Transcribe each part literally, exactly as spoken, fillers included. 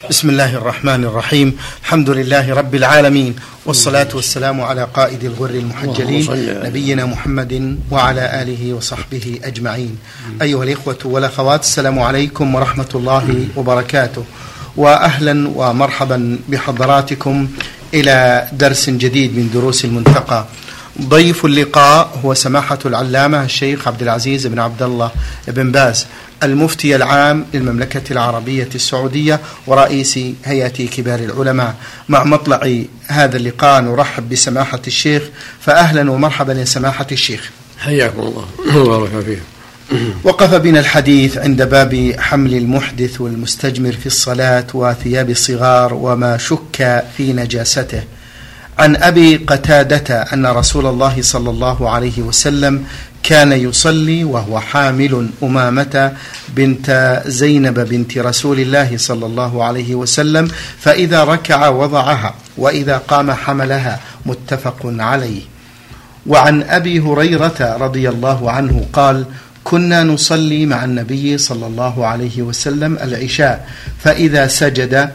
بسم الله الرحمن الرحيم. الحمد لله رب العالمين، والصلاة والسلام على قائد الغر المحجلين نبينا محمد وعلى آله وصحبه أجمعين. أيها الإخوة والأخوات، السلام عليكم ورحمة الله وبركاته، وأهلا ومرحبا بحضراتكم إلى درس جديد من دروس المنتقى. ضيف اللقاء هو سماحة العلامة الشيخ عبد العزيز بن عبد الله بن باز، المفتي العام للمملكة العربية السعودية ورئيس هيئة كبار العلماء. مع مطلع هذا اللقاء نرحب بسماحة الشيخ، فأهلا ومرحبا يا سماحة الشيخ. حياكم الله وبارك فيكم. وقف بنا الحديث عند باب حمل المحدث والمستجمر في الصلاة وثياب الصغار وما شك في نجاسته. عن أبي قتادة أن رسول الله صلى الله عليه وسلم كان يصلي وهو حامل أمامة بنت زينب بنت رسول الله صلى الله عليه وسلم، فإذا ركع وضعها وإذا قام حملها، متفق عليه. وعن أبي هريرة رضي الله عنه قال: كنا نصلي مع النبي صلى الله عليه وسلم العشاء، فإذا سجد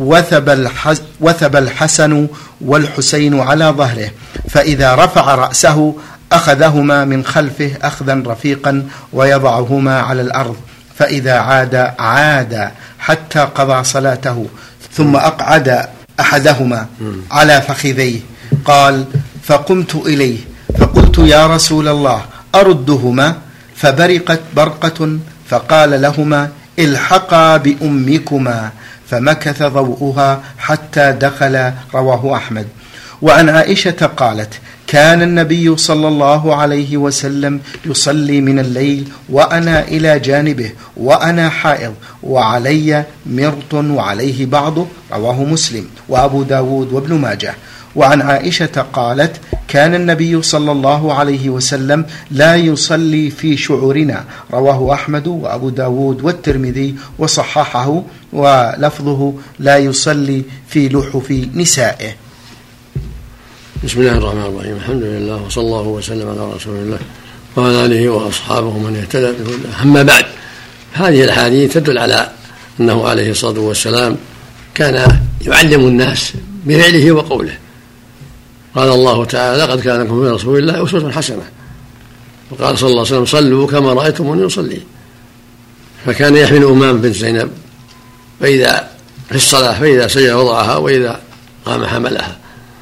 وثب الحسن والحسين على ظهره، فإذا رفع رأسه أخذهما من خلفه أخذا رفيقا ويضعهما على الأرض، فإذا عاد عاد حتى قضى صلاته، ثم أقعد أحدهما على فخذيه. قال: فقمت إليه فقلت: يا رسول الله، أردهما؟ فبرقت برقة، فقال لهما: الحقا بأمكما، فمكث ضوءها حتى دخل. رواه أحمد. وعن عائشة قالت: كان النبي صلى الله عليه وسلم يصلي من الليل وأنا إلى جانبه وأنا حائض وعلي مرط وعليه بعضه. رواه مسلم وأبو داود وابن ماجه. وعن عائشة قالت: كان النبي صلى الله عليه وسلم لا يصلي في شعورنا. رواه أحمد وأبو داود والترمذي وصححه، ولفظه: لا يصلي في لحف نسائه. بسم الله الرحمن الرحيم. الحمد لله، وصلى الله وسلم على رسول الله وعلى آله وأصحابه من اهتدى بهداه. أما بعد، هذه الأحاديث تدل على أنه عليه الصلاة والسلام كان يعلم الناس بفعله وقوله. قال الله تعالى: لقد كان لكم في رسول الله أسوة حسنة. وقال صلى الله عليه وسلم: صلوا كما رأيتموني أصلي. فكان يحمل أمام بنت زينب فإذا في الصلاة، فإذا سجد وضعها وإذا قام حملها.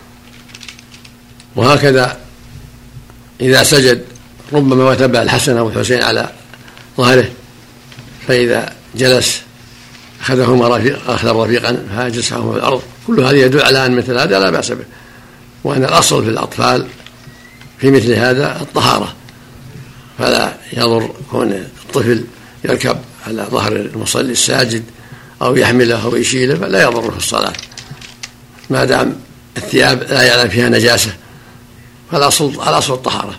وهكذا إذا سجد ربما وتبع الحسن والحسين على ظهره، فإذا جلس أخذهما رفيق أخذا رفيقا فجلسهما في الأرض. كل هذه يدل على أن مثل هذا لا بأس به، وأن الأصل في الأطفال في مثل هذا الطهارة، فلا يضر كون الطفل يركب على ظهر المصلي الساجد أو يحمله أو يشيله، فلا يضر في الصلاة ما دام الثياب لا يعلم فيها نجاسة، فالأصل الأصل الطهارة،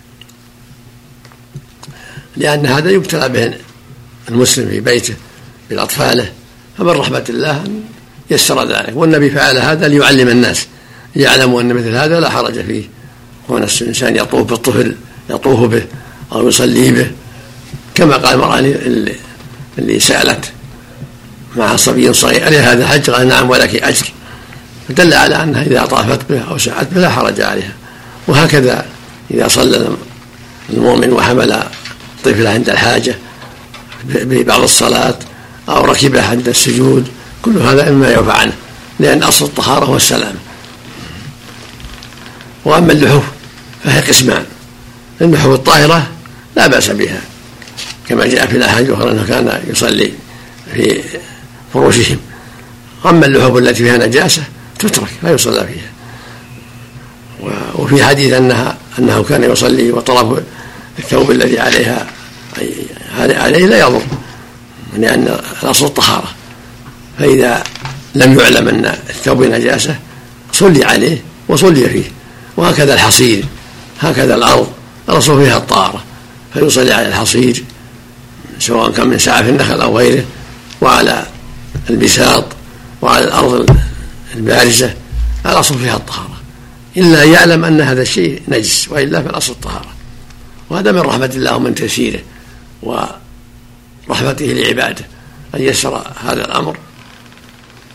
لأن هذا يبتلى به المسلم في بيته بأطفاله، فمن رحمة الله أن يسر ذلك. والنبي فعل هذا ليعلم الناس، يعلموا أن مثل هذا لا حرج فيه، كون الإنسان يطوف بالطفل يطوف به أو يصلي به، كما قال المرأة اللي, اللي سألت مع صبي صغير: ألي هذا حج؟ قال: نعم ولك أجر. فدل على أنها إذا طافت به أو سعت به لا حرج عليها. وهكذا إذا صلى المؤمن وحمل طفله عند الحاجة ببعض الصلاة أو ركبه عند السجود، كل هذا إما يعفى عنه، لأن أصل الطهارة هو السلام. وأما اللحوف فهي قسمان: اللحوف الطاهرة لا بأس بها، كما جاء في الأحاديث الأخرى أنه كان يصلي في فروشهم. أما اللحوف التي فيها نجاسة تترك لا يصلى فيها. وفي حديث أنها أنه كان يصلي وطرف الثوب الذي عليها عليه لا يضر، لأن الأصل الطهارة. فإذا لم يعلم أن الثوب نجاسة صلي عليه وصلي فيه. وهكذا الحصير، هكذا الأرض الأصل فيها الطهارة، فيصلي على الحصير سواء كان من سعف النخل أو غيره، وعلى البساط وعلى الأرض البارزة، الأصل فيها الطهارة، إلا يعلم أن هذا الشيء نجس، وإلا فالأصل الطهارة. وهذا من رحمة الله ومن تيسيره ورحمته لعباده أن يسر هذا الأمر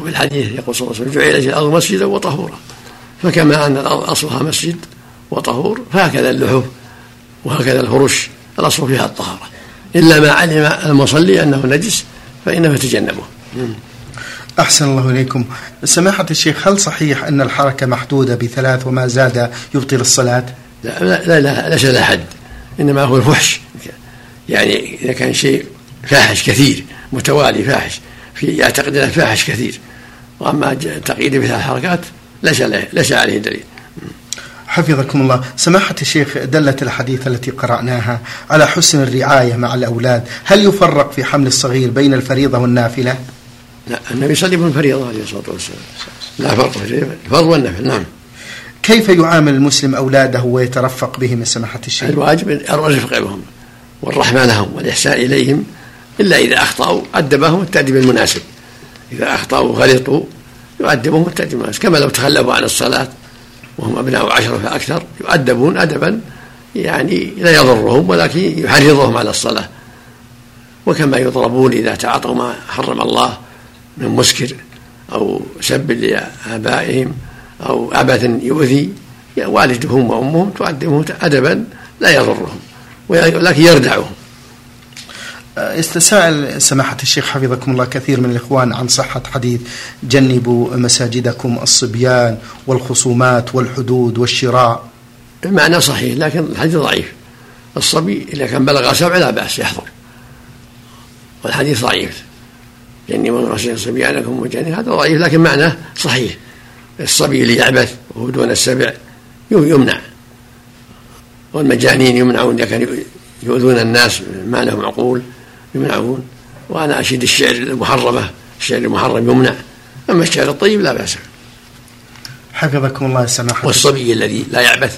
وفي الحديث يقول صلى الله عليه وسلم جعلت الأرض مسجدا وطهورا، فكما أن الأرض أصلها مسجد وطهور فهكذا اللحوف وهكذا الفرش الأصل فيها الطهارة، إلا ما علم المصلي أنه نجس فإنه يتجنبه. أحسن الله إليكم. سماحة الشيخ، هل صحيح أن الحركة محدودة بثلاث وما زاد يبطل الصلاة؟ لا لا لا ليس لا حد، إنما هو الفحش، يعني إذا كان شيء فاحش كثير متوالي فاحش في يعتقد أنه فاحش كثير، وأما تقييد بثلاث حركات ليس ليس عليه دليل. حفظكم الله. سماحة الشيخ، دلت الحديث التي قرأناها على حسن الرعاية مع الأولاد، هل يفرق في حمل الصغير بين الفريضة والنافلة؟ لا، النبي يصلي بالفريضة عليه الصلاة والسلام، لا فرق في الفرض والنفل. نعم. كيف يعامل المسلم أولاده ويترفق بهم سماحة الشيخ؟ الواجب الرفق بهم والرحمة لهم والإحسان إليهم، إلا إذا أخطأوا أدبهم التأديب المناسب، إذا أخطأوا غلطوا يؤدبهم التأديب المناسب، كما لو تخلفوا عن الصلاة وهم أبناء عشرة فأكثر يؤدبون أدبا يعني لا يضرهم ولكن يحرضهم على الصلاة، وكما يضربون إذا تعاطوا ما حرم الله من مسكر أو سب لآبائهم أو عبث يؤذي والدهم وأمهم تؤدبهم أدبا لا يضرهم ولكن يردعهم. استسأل سماحة الشيخ حفظكم الله كثير من الإخوان عن صحة حديث جنبوا مساجدكم الصبيان والخصومات والحدود والشراء. المعنى صحيح لكن الحديث ضعيف. الصبي إذا كان بلغ سبع لا بأس يحضر، والحديث ضعيف. جنبوا مساجد صبيانكم وجنبوا هذا ضعيف لكن معناه صحيح. الصبي اللي يعبث وهو دون السبع يمنع، والمجانين يمنعون إذا كانوا يؤذون الناس ما لهم عقول يمنعون. وأنا أشيد الشعر المحرمة، الشعر المحرم يمنع، أما الشعر الطيب لا بأس. حفظكم الله سماحة. والصبي الذي لا يعبث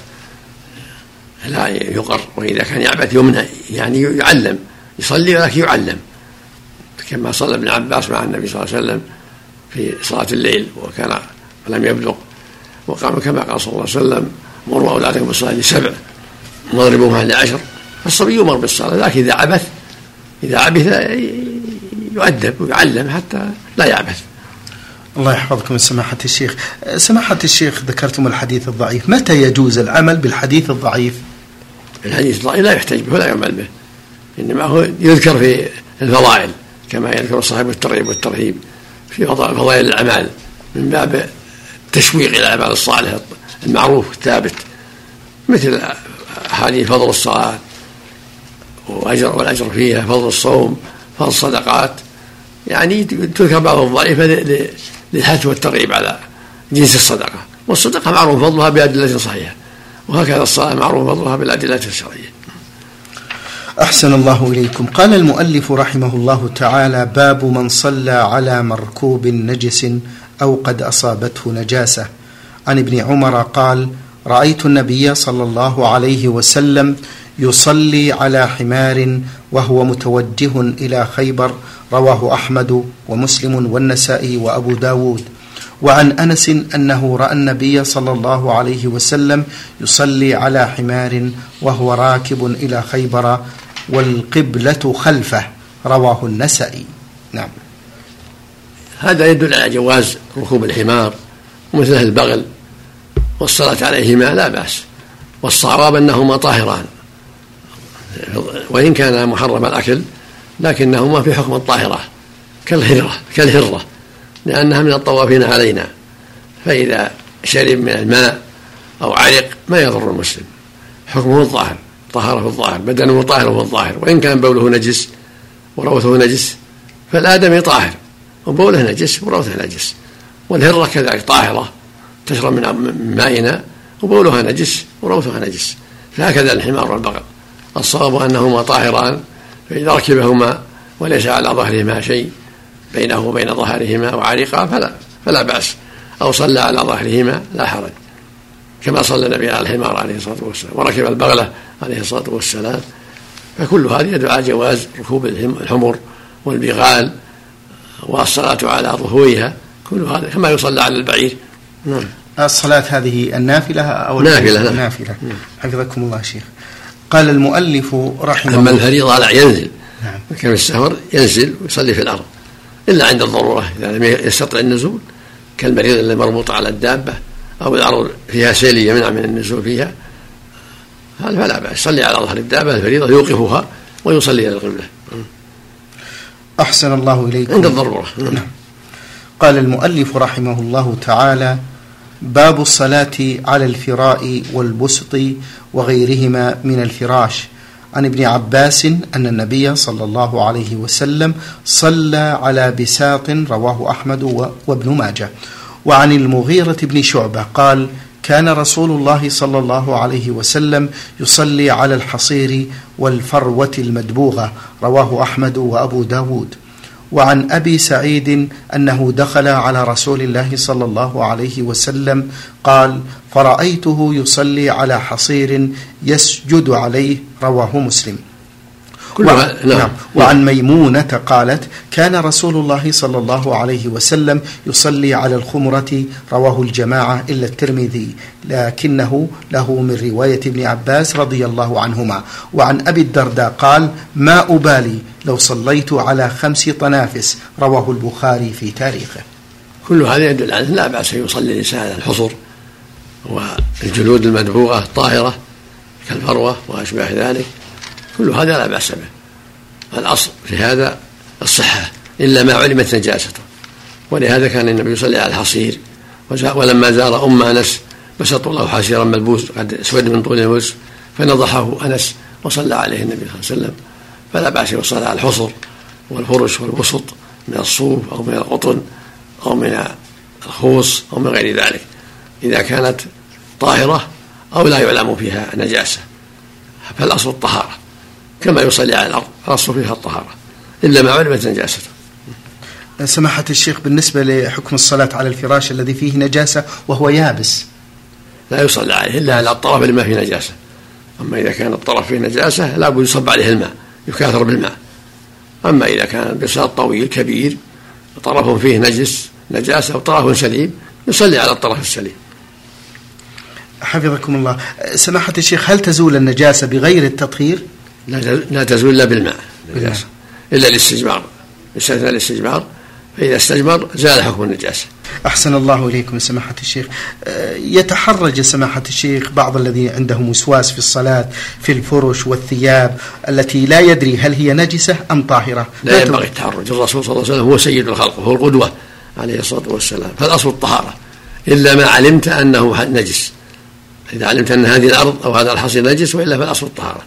لا يقر، وإذا كان يعبث يمنع، يعني يعلم يصلي ولكن يعلم، كما صلى ابن عباس مع النبي صلى الله عليه وسلم في صلاة الليل وكان لم يبلغ، وقام كما قال صلى الله عليه وسلم مروا أولادكم بالصلاة لسبع واضربوها لعشر. فالصبي يؤمر بالصلاة لكن إذا عبث إذا عبث يؤدب ويعلم حتى لا يعبث. الله يحفظكم سماحة الشيخ. سماحة الشيخ، ذكرتم الحديث الضعيف، متى يجوز العمل بالحديث الضعيف؟ الحديث الضعيف لا يحتج به ولا يعمل به، إنما هو يذكر في الفضائل كما يذكر صاحب الترغيب والترهيب في فضائل الأعمال من باب التشويق إلى الأعمال الصالحة المعروف الثابت، مثل حديث فضل الصلاة وأجر والأجر فيها، فضل الصوم، فضل الصدقات، يعني تذكر بعض الضعيفة للحث والترغيب على جنس الصدقة. والصدقة معروف فضلها بأدلة صحيحة، وهكذا الصلاة معروف فضلها بالأدلة الشرعية. أحسن الله إليكم. قال المؤلف رحمه الله تعالى: باب من صلى على مركوب نجس أو قد أصابته نجاسة. عن ابن عمر قال: رأيت النبي صلى الله عليه وسلم يصلي على حمار وهو متوجه إلى خيبر. رواه أحمد ومسلم والنسائي وأبو داود. وعن أنس أنه رأى النبي صلى الله عليه وسلم يصلي على حمار وهو راكب إلى خيبر والقبلة خلفه. رواه النسائي. نعم. هذا يدل على جواز ركوب الحمار ومثله البغل والصلاة عليهما لا بأس، والصواب أنهما طاهران وإن كان محرم الأكل لكنهما في حكم الطاهرة كالهرة كالهرة لأنها من الطوافين علينا، فإذا شرب من الماء أو علق ما يضر المسلم، حكمه الظاهر، طهارة في الظاهر، بدنه طاهر في الظاهر، وإن كان بوله نجس وروثه نجس فالآدمي طاهر وبوله نجس وروثه نجس، والهرة كذلك طاهرة تشرب من مائنا وبولها نجس وروثها نجس، فهكذا الحمار والبغل. الصواب أنهما طاهران، فإذا ركبهما وليس على ظهرهما شيء بينه وبين ظهرهما وعريقا فلا, فلا بأس، أو صلى على ظهرهما لا حرج، كما صلى النبي على الحمار عليه الصلاة والسلام وركب البغلة عليه الصلاة والسلام. فكل هذه يدعو على جواز ركوب الحمر والبغال والصلاة على ظهورها، كل هذا كما يصلى على البعير. نعم. الصلاة هذه النافلة أو نافلة؟ نافلة. حفظكم الله شيخ. قال المؤلف رحمه الله: أما الفريضة لا ينزل، نعم، كما السهر ينزل ويصلي في الأرض، إلا عند الضرورة إذا لم يستطع النزول كالمريض اللي مربوط على الدابة أو الأرض فيها سيل يمنع من النزول فيها، هذا فلا بأس، يصلي على ظهر الدابة الفريضة يوقفها ويصلي إلى القبلة. أحسن الله إليكم. عند الضرورة. نعم. قال المؤلف رحمه الله تعالى: باب الصلاة على الفراء والبسط وغيرهما من الفراش. عن ابن عباس أن النبي صلى الله عليه وسلم صلى على بساط، رواه أحمد وابن ماجه. وعن المغيرة بن شعبة قال: كان رسول الله صلى الله عليه وسلم يصلي على الحصير والفروة المدبوغة، رواه أحمد وأبو داود. وعن أبي سعيد أنه دخل على رسول الله صلى الله عليه وسلم قال: فرأيته يصلي على حصير يسجد عليه، رواه مسلم. وعن, نعم. وعن ميمونة قالت: كان رسول الله صلى الله عليه وسلم يصلي على الخمرة، رواه الجماعة إلا الترمذي، لكنه له من رواية ابن عباس رضي الله عنهما. وعن أبي الدرداء قال: ما أبالي لو صليت على خمس طنافس، رواه البخاري في تاريخه. كل هذا يدل على لا بأس يصلي الإنسان على الحصر والجلود المدبوغة الطاهرة كالفروة وأشباه ذلك، كل هذا لا بأس به. الأصل في هذا الصحة إلا ما علمت نجاسته، ولهذا كان النبي يصلي على الحصير. ولما زار أم أنس بسطوا له حصيرا ملبوس قد اسود من طول الوسف فنضحه أنس وصلى عليه النبي صلى الله عليه وسلم. فلا بأس يصلي على الحصر والفرش والوسط من الصوف أو من القطن أو من الخوص أو من غير ذلك إذا كانت طاهرة أو لا يعلم فيها نجاسة، فالأصل الطهارة كما يصلي على الأرض، الأصل فيها الطهارة إلا ما علمت نجاسته. سماحة الشيخ، بالنسبة لحكم الصلاة على الفراش الذي فيه نجاسة وهو يابس لا يصلى عليه إلا على الطرف اللي ما فيه نجاسة. أما إذا كان الطرف فيه نجاسة لا بد يصب عليه الماء يكاثر بالماء. أما إذا كان البساط طويل كبير طرف فيه نجس نجاسة وطرف سليم يصلي على الطرف السليم. حفظكم الله. سماحة الشيخ، هل تزول النجاسة بغير التطهير؟ لا تزول إلا بالماء النجاسة إلا الاستجمار، يستثنى الاستجمار، فإذا استجمر زال حكم النجاسة. أحسن الله إليكم سماحة الشيخ. يتحرج سماحة الشيخ بعض الذين عندهم وسواس في الصلاة في الفرش والثياب التي لا يدري هل هي نجسة أم طاهرة. لا, لا ينبغي التحرج، الرسول صلى الله عليه وسلم هو سيد الخلق وهو القدوة عليه الصلاة والسلام، فالأصل الطهارة إلا ما علمت أنه نجس، إذا علمت أن هذه الأرض أو هذا الحصير نجس، وإلا فالأصل الطهارة.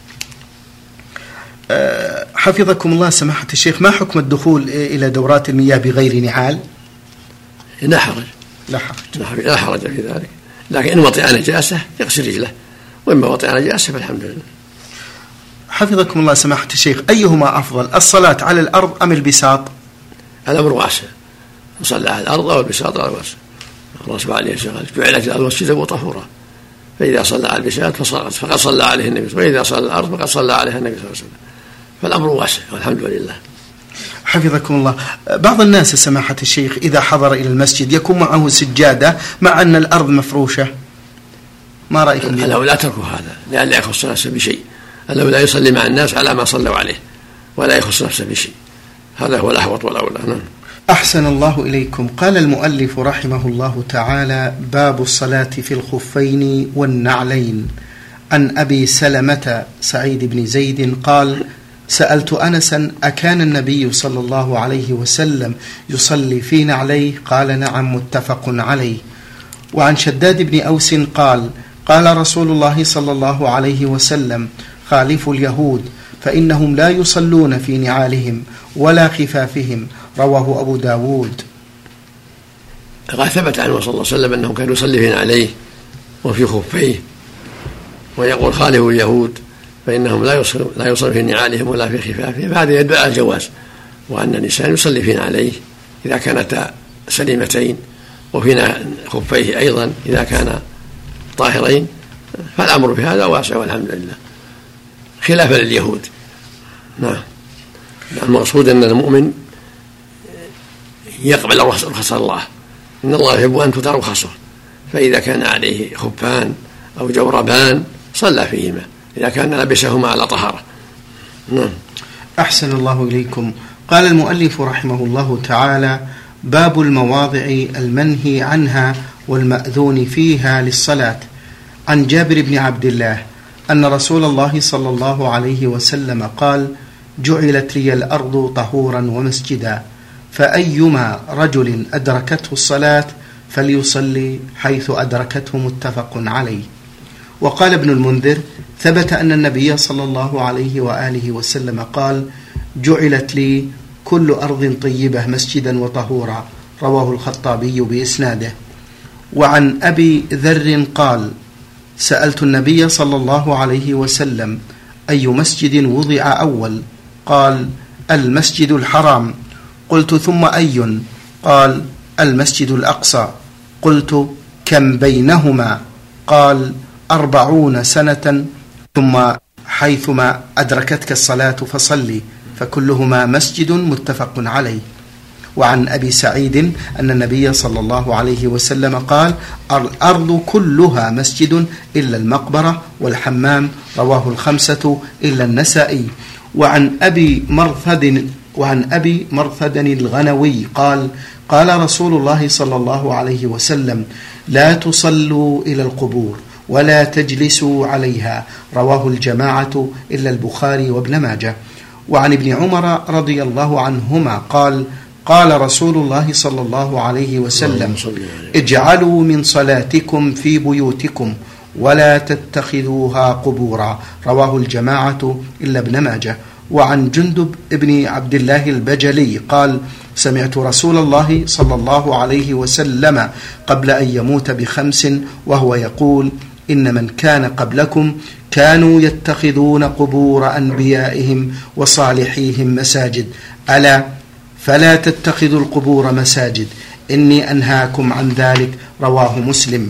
حفظكم الله سماحة الشيخ، ما حكم الدخول إلى دورات المياه بغير نعال؟ لا حرج لا حرج لا حرج في ذلك، لكن إن وطئ نجاسة يغسل رجله، وإما وطئ نجاسة فالحمد لله. حفظكم الله سماحة الشيخ، أيهما أفضل، الصلاة على الأرض أم البساط؟ الأمر واسع، صلى على الأرض أو البساط على واسع. الرسول عليه الصلاة والسلام جعلت الأرض مسجدا وطهورا، فإذا صلى على البساط فقد صلى عليه النبي، وإذا صلى على الأرض فقد صلى عليها النبي صلى الله عليه وسلم، فالأمر واسع والحمد لله. حفظكم الله. بعض الناس سماحة الشيخ إذا حضر إلى المسجد يكون معه سجادة مع أن الأرض مفروشة، ما رأيكم؟ لو لا تركوا هذا لأن لا يخص نفسه بشيء، لو لا يصلي مع الناس على ما صلوا عليه ولا يخص نفسه بشيء، هذا هو الأحوط والأولى. نعم. أحسن الله إليكم. قال المؤلف رحمه الله تعالى: باب الصلاة في الخفين والنعلين. عن أبي سلمة سعيد بن زيد قال: سألت أنسا: أكان النبي صلى الله عليه وسلم يصلي في نعليه؟ قال: نعم، متفق عليه. وعن شداد بن أوس قال: قال رسول الله صلى الله عليه وسلم: خالفوا اليهود فإنهم لا يصلون في نعالهم ولا خفافهم، رواه أبو داود. قد ثبت عنه صلى الله عليه وسلم أنه كان يصلي في نعليه وفي خفيه، ويقول: خالفوا اليهود فإنهم لا يصلون لا يصلون في نعالهم ولا في خفافهم، فهذا يدل على الجواز، وأن الإنسان يصلي في نعليه إذا كانتا سليمتين وفي خفيه أيضا إذا كان طاهرين، فالأمر في هذا واسع والحمد لله، خلافا لليهود. نعم. المقصود أن المؤمن يقبل رخص الله، إن الله يحب أن تؤتى رخصه، فإذا كان عليه خفان أو جوربان صلى فيهما إذا كان لبسهما على طهارة. نعم. أحسن الله إليكم. قال المؤلف رحمه الله تعالى: باب المواضع المنهي عنها والمأذون فيها للصلاة. عن جابر بن عبد الله أن رسول الله صلى الله عليه وسلم قال: جعلت لي الأرض طهورا ومسجدا، فأيما رجل أدركته الصلاة فليصلي حيث أدركته، متفق عليه. وقال ابن المنذر: ثبت أن النبي صلى الله عليه وآله وسلم قال: جعلت لي كل أرض طيبة مسجدا وطهورا، رواه الخطابي بإسناده. وعن أبي ذر قال: سألت النبي صلى الله عليه وسلم: أي مسجد وضع أول؟ قال: المسجد الحرام. قلت: ثم أي؟ قال: المسجد الأقصى. قلت: كم بينهما؟ قال: أربعون سنة. ثم حيثما أدركتك الصلاة فصلي، فكلهما مسجد، متفق عليه. وعن أبي سعيد أن النبي صلى الله عليه وسلم قال: الأرض كلها مسجد إلا المقبرة والحمام، رواه الخمسة إلا النسائي. وعن أبي مرثد وعن أبي مرثد الغنوي قال: قال رسول الله صلى الله عليه وسلم: لا تصلوا إلى القبور ولا تجلسوا عليها، رواه الجماعة إلا البخاري وابن ماجه. وعن ابن عمر رضي الله عنهما قال: قال رسول الله صلى الله عليه وسلم: اجعلوا من صلاتكم في بيوتكم ولا تتخذوها قبورا، رواه الجماعة إلا ابن ماجه. وعن جندب بن عبد الله البجلي قال: سمعت رسول الله صلى الله عليه وسلم قبل أن يموت بخمس وهو يقول: إن من كان قبلكم كانوا يتخذون قبور أنبيائهم وصالحيهم مساجد، ألا فلا تتخذوا القبور مساجد، إني أنهاكم عن ذلك، رواه مسلم.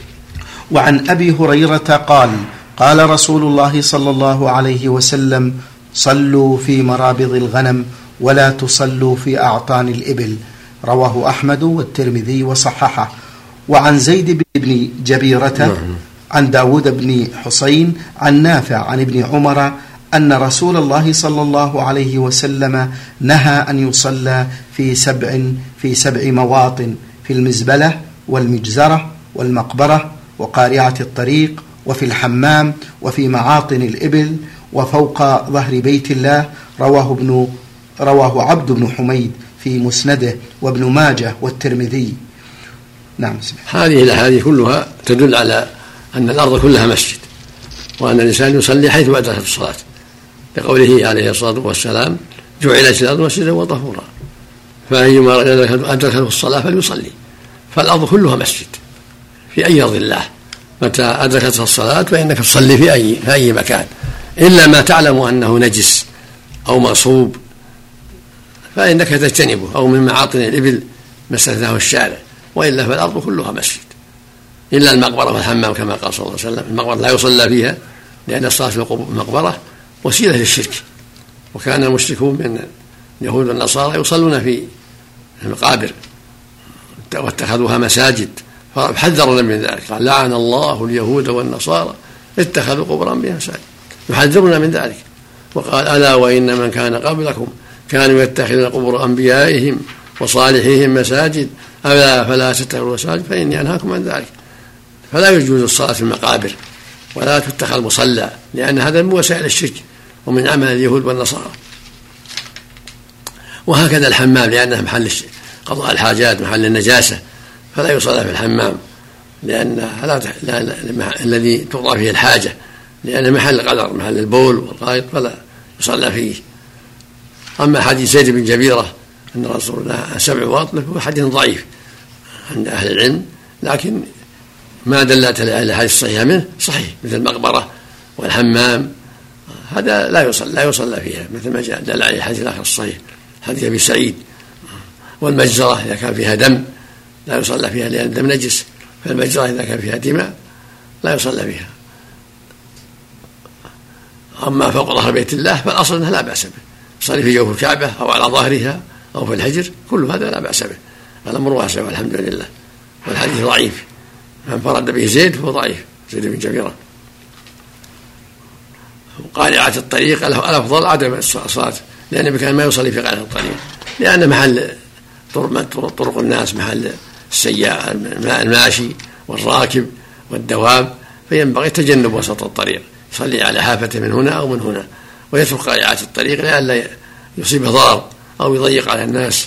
وعن أبي هريرة قال: قال رسول الله صلى الله عليه وسلم: صلوا في مرابض الغنم ولا تصلوا في أعطان الإبل، رواه أحمد والترمذي وصححه. وعن زيد بن جبيرة عن داود بن حسين عن نافع عن ابن عمر أن رسول الله صلى الله عليه وسلم نهى أن يصلى في سبع في سبع مواطن: في المزبلة والمجزرة والمقبرة وقارعة الطريق وفي الحمام وفي معاطن الإبل وفوق ظهر بيت الله، رواه ابن رواه عبد بن حميد في مسنده وابن ماجه والترمذي. نعم. هذه الأحاديث كلها تدل على أن الأرض كلها مسجد، وأن الإنسان يصلي حيث أدركت الصلاة، لقوله عليه الصلاة والسلام: جعلت الأرض مسجدا وطهورا، فأيما أدركته الصلاة فليصلي. فالأرض كلها مسجد في أي أرض الله، متى أدركتها الصلاة فإنك تصلي في أي في أي مكان، إلا ما تعلم أنه نجس أو مصوب فإنك تجتنبه، أو من معاطن الإبل ما استثناه الشارع، وإلا فالأرض كلها مسجد إلا المقبرة والحمام، كما قال صلى الله عليه وسلم: المقبرة لا يصلى فيها لأن الصلاة في المقبرة وسيلة للشرك، وكان المشركون من اليهود والنصارى يصلون في المقابر واتخذوها مساجد، فحذروا من ذلك، قال: لعن الله اليهود والنصارى اتخذوا قبورا بها مساجد، يحذرنا من ذلك. وقال: ألا وإن من كان قبلكم كانوا يتخذون قبور أنبيائهم وصالحيهم مساجد، ألا فلا تتخذوا مساجد، فإني أنهاكم عن ذلك. فلا يجوز الصلاة في المقابر ولا تتخذ مصلى، لأن هذا من وسائل الشرك ومن عمل اليهود والنصارى. وهكذا الحمام، لأنه محل قضاء الحاجات، محل النجاسة، فلا يصلى في الحمام لأن الذي تقضى فيه الحاجة، لأن محل القدر، محل البول والغائط، فلا يصلى فيه. أما حديث زيد بن جبيرة أن رسول الله سبع مواطن هو حديث ضعيف عند أهل العلم، لكن ما دلت على الحديث الصحيحة منه صحيح، مثل المقبرة والحمام، هذا لا يصلى لا يصلى فيها، مثل ما جاء دل عليه الحديث الآخر الصحيح حديث أبي سعيد. والمجزرة إذا كان فيها دم لا يصلى فيها لأن الدم نجس، فالمجزرة إذا كان فيها دماء لا يصلى فيها. أما فوق ظهر بيت الله فالأصل أنها لا بأس به، يصلي في جوف الكعبة أو على ظهرها أو في الحجر، كل هذا لا بأس به، الأمر واسع والحمد لله. والحديث ضعيف، من فرد به زيد فهو ضعيف، زيد بن جبيرة. قارعة الطريق الأفضل عدم الصلاة لأن كان ما يصلي في قاعدة الطريق، لأن محل طرق الناس محل السياح الماشي والراكب والدواب، فينبغي تجنب وسط الطريق، يصلي على حافته من هنا أو من هنا، ويترك قائعات الطريق لئلا يصيب ضرر أو يضيق على الناس،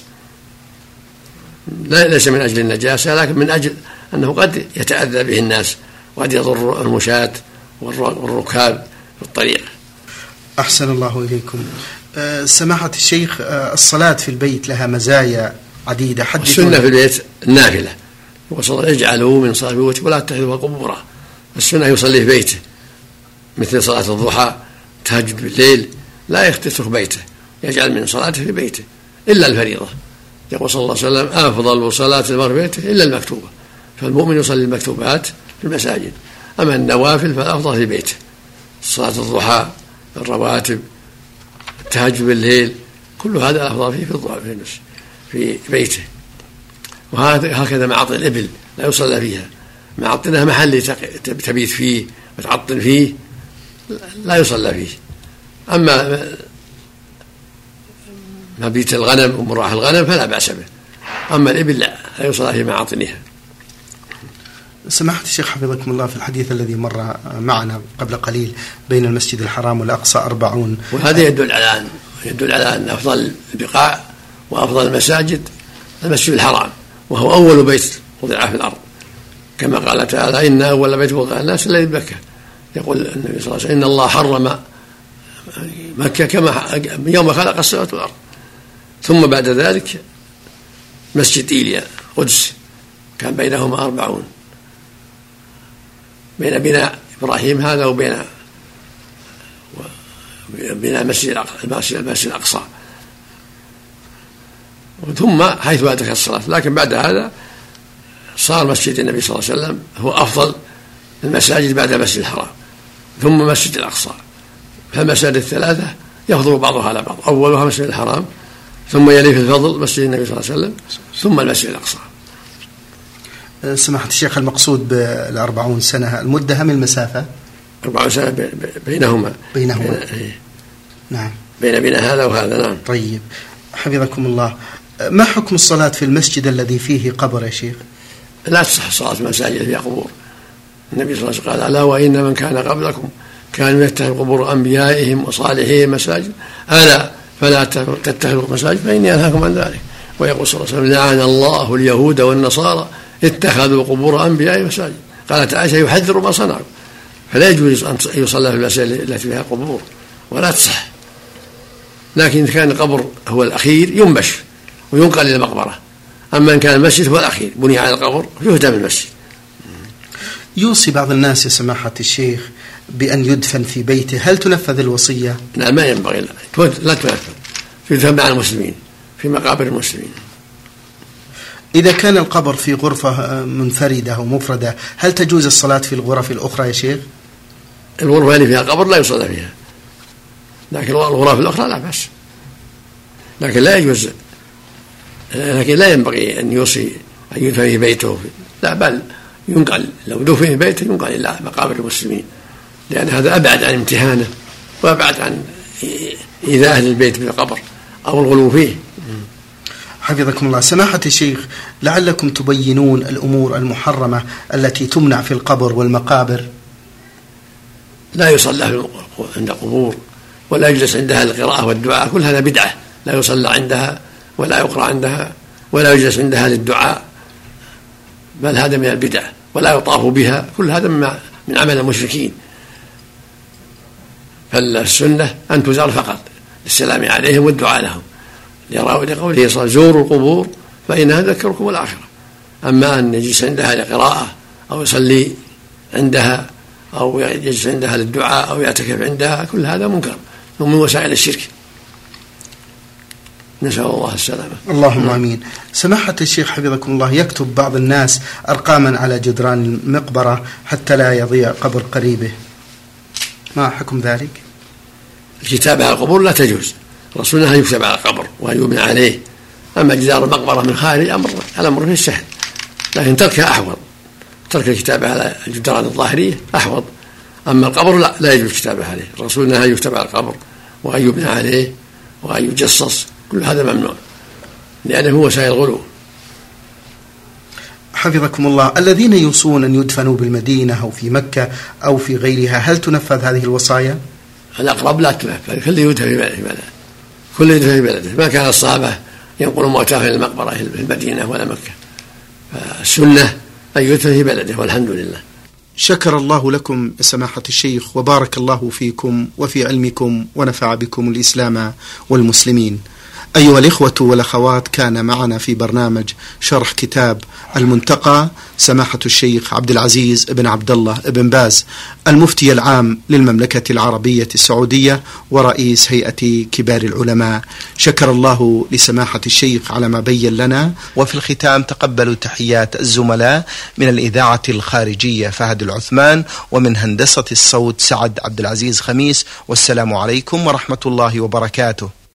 ليس من أجل النجاسة لكن من أجل أنه قد يتأذى به الناس وقد يضر المشاة والركاب في الطريق. أحسن الله إليكم. أه سماحة الشيخ، أه الصلاة في البيت لها مزايا عديدة. السنة في البيت النافلة، اجعلوا من صلاة بيوتكم ولا تتخذوها قبورا. السنة يصلي في بيته مثل صلاة الضحى، تهجد بالليل، لا يترك بيته، يجعل من صلاته في بيته إلا الفريضة. يقول صلى الله عليه وسلم: أفضل صلاة المرء في بيته إلا المكتوبة. فالمؤمن يصلي المكتوبات في المساجد، أما النوافل فالأفضل في بيته، صلاة الضحى، الرواتب، التهجد بالليل، كل هذا أفضل فيه في الضحى في بيته. وهكذا معطل الإبل لا يصلى فيها، معطلها محل تبيت فيه وتعطل فيه لا يصلى فيه. أما مبيت الغنم ومراح الغنم فلا بأس به، أما الإبل لا, لا يصلى في معاطنها. سماحة الشيخ حفظكم الله، في الحديث الذي مر معنا قبل قليل بين المسجد الحرام والأقصى أربعون، وهذا يدل على أن يدل على أن أفضل البقاع وأفضل المساجد المسجد الحرام، وهو أول بيت وضع في الأرض، كما قال تعالى: إن أول بيت وضع الناس الذي بمكة. يقول النبي صلى الله عليه وسلم: إن الله حرم مكة كما يوم خلق السماوات والأرض. ثم بعد ذلك مسجد إيليا قدس كان بينهما أربعون، بين بناء إبراهيم هذا وبين بناء المسجد المسجد الأقصى، ثم حيث أدرك الصلاة. لكن بعد هذا صار مسجد النبي صلى الله عليه وسلم هو أفضل المساجد بعد المسجد الحرام، ثم مسجد الأقصى. فالمساجد الثلاثة يفضل بعضها على بعض، أولها مسجد الحرام، ثم يلي في الفضل مسجد النبي صلى الله عليه وسلم، ثم المسجد الأقصى. سماحة الشيخ، المقصود بالأربعون سنة المدة هم المسافة؟ أربعون سنة بينهما بينهما بين نعم بين بين هذا وهذا. نعم. طيب، حفظكم الله، ما حكم الصلاة في المسجد الذي فيه قبر يا شيخ؟ لا تصح الصلاة في المساجد فيها قبور. النبي صلى الله عليه وسلم قال: ألا وإن من كان قبلكم كانوا يتخذوا قبور أنبيائهم وصالحين مساجد، ألا فلا تتخذوا مساجد فإني أنهاكم عن ذلك. ويقول صلى الله عليه وسلم: لعن الله اليهود والنصارى اتخذوا قبور أنبيائهم مساجد. قالت عائشة: يحذر ما صنعوا. فلا يجوز أن يصلى في المساجد التي فيها قبور ولا تصح. لكن إذا كان القبر هو الأخير ينبش وينقل إلى المقبرة، أما إن كان المسجد هو الأخير بني على القبر يهدم المسجد. يوصي بعض الناس يا سماحة الشيخ بأن يدفن في بيته، هل تنفذ الوصية؟ لا، ما ينبغي، لا, لا تنفذ، يدفن مع المسلمين في مقابر المسلمين. إذا كان القبر في غرفة منفردة أو مفردة، هل تجوز الصلاة في الغرف الأخرى يا شيخ؟ الغرفة اللي فيها قبر لا يصلى فيها، لكن الغرف الأخرى لا بأس. لكن لا يجوز، لكن لا ينبغي أن يوصي أن يدفن في بيته، لا، بل ينقل، لو دفن في بيته ينقل إلى مقابر المسلمين، لأن هذا أبعد عن امتهانه وأبعد عن إيذاء أهل البيت بالقبر أو الغلو فيه. حفظكم الله. سماحة الشيخ، لعلكم تبينون الأمور المحرمة التي تمنع في القبر والمقابر. لا يصلى عند قبور، ولا يجلس عندها القراءة والدعاء، كل هذا بدعة، لا يصلى عندها ولا يقرأ عندها ولا يجلس عندها للدعاء، بل هذا من البدع، ولا يطاف بها، كل هذا من عمل المشركين. فالسنة أن تزار فقط للسلام عليهم والدعاء لهم، لقوله صلى الله عليه وسلم: زوروا القبور فإنها تذكركم الآخرة. أما أن يجلس عندها لقراءة أو يصلي عندها أو يجلس عندها للدعاء أو يعتكف عندها، كل هذا منكر ومن وسائل الشرك، نسأل الله السلامة. اللهم آمين. سماحة الشيخ حفظكم الله، يكتب بعض الناس أرقاما على جدران المقبرة حتى لا يضيع قبر قريبه، ما حكم ذلك؟ الكتابة على القبور لا تجوز، رسولنا يكتب على القبر وأن يبنى عليه. أما جدار المقبرة من خارج أمر الأمر فيه السهل، لكن تركها أحوط، ترك الكتابة على الجدران الظاهرية أحوط. أما القبر لا, لا يجوز الكتابة عليه، رسولنا يكتب على القبر وأن يبنى عليه وأن يجصص، كل هذا ممنوع لأنه هو وسائل الغلو. حفظكم الله، الذين يوصون أن يدفنوا بالمدينة أو في مكة أو في غيرها، هل تنفذ هذه الوصايا؟ الأقرب لا تنفذ، كل يدفن في بلده، كل يدفن في بلده، ما كان الصحابة ينقلوا موتاه إلى المقبرة في المدينة ولا مكة، فالسنة أن يدفن في بلده والحمد لله. شكر الله لكم سماحة الشيخ، وبارك الله فيكم وفي علمكم، ونفع بكم الإسلام والمسلمين. أيها الإخوة والأخوات، كان معنا في برنامج شرح كتاب المنتقى سماحة الشيخ عبد العزيز بن عبد الله بن باز، المفتي العام للمملكة العربية السعودية ورئيس هيئة كبار العلماء. شكر الله لسماحة الشيخ على ما بين لنا. وفي الختام تقبلوا تحيات الزملاء من الإذاعة الخارجية فهد العثمان، ومن هندسة الصوت سعد عبد العزيز خميس، والسلام عليكم ورحمة الله وبركاته.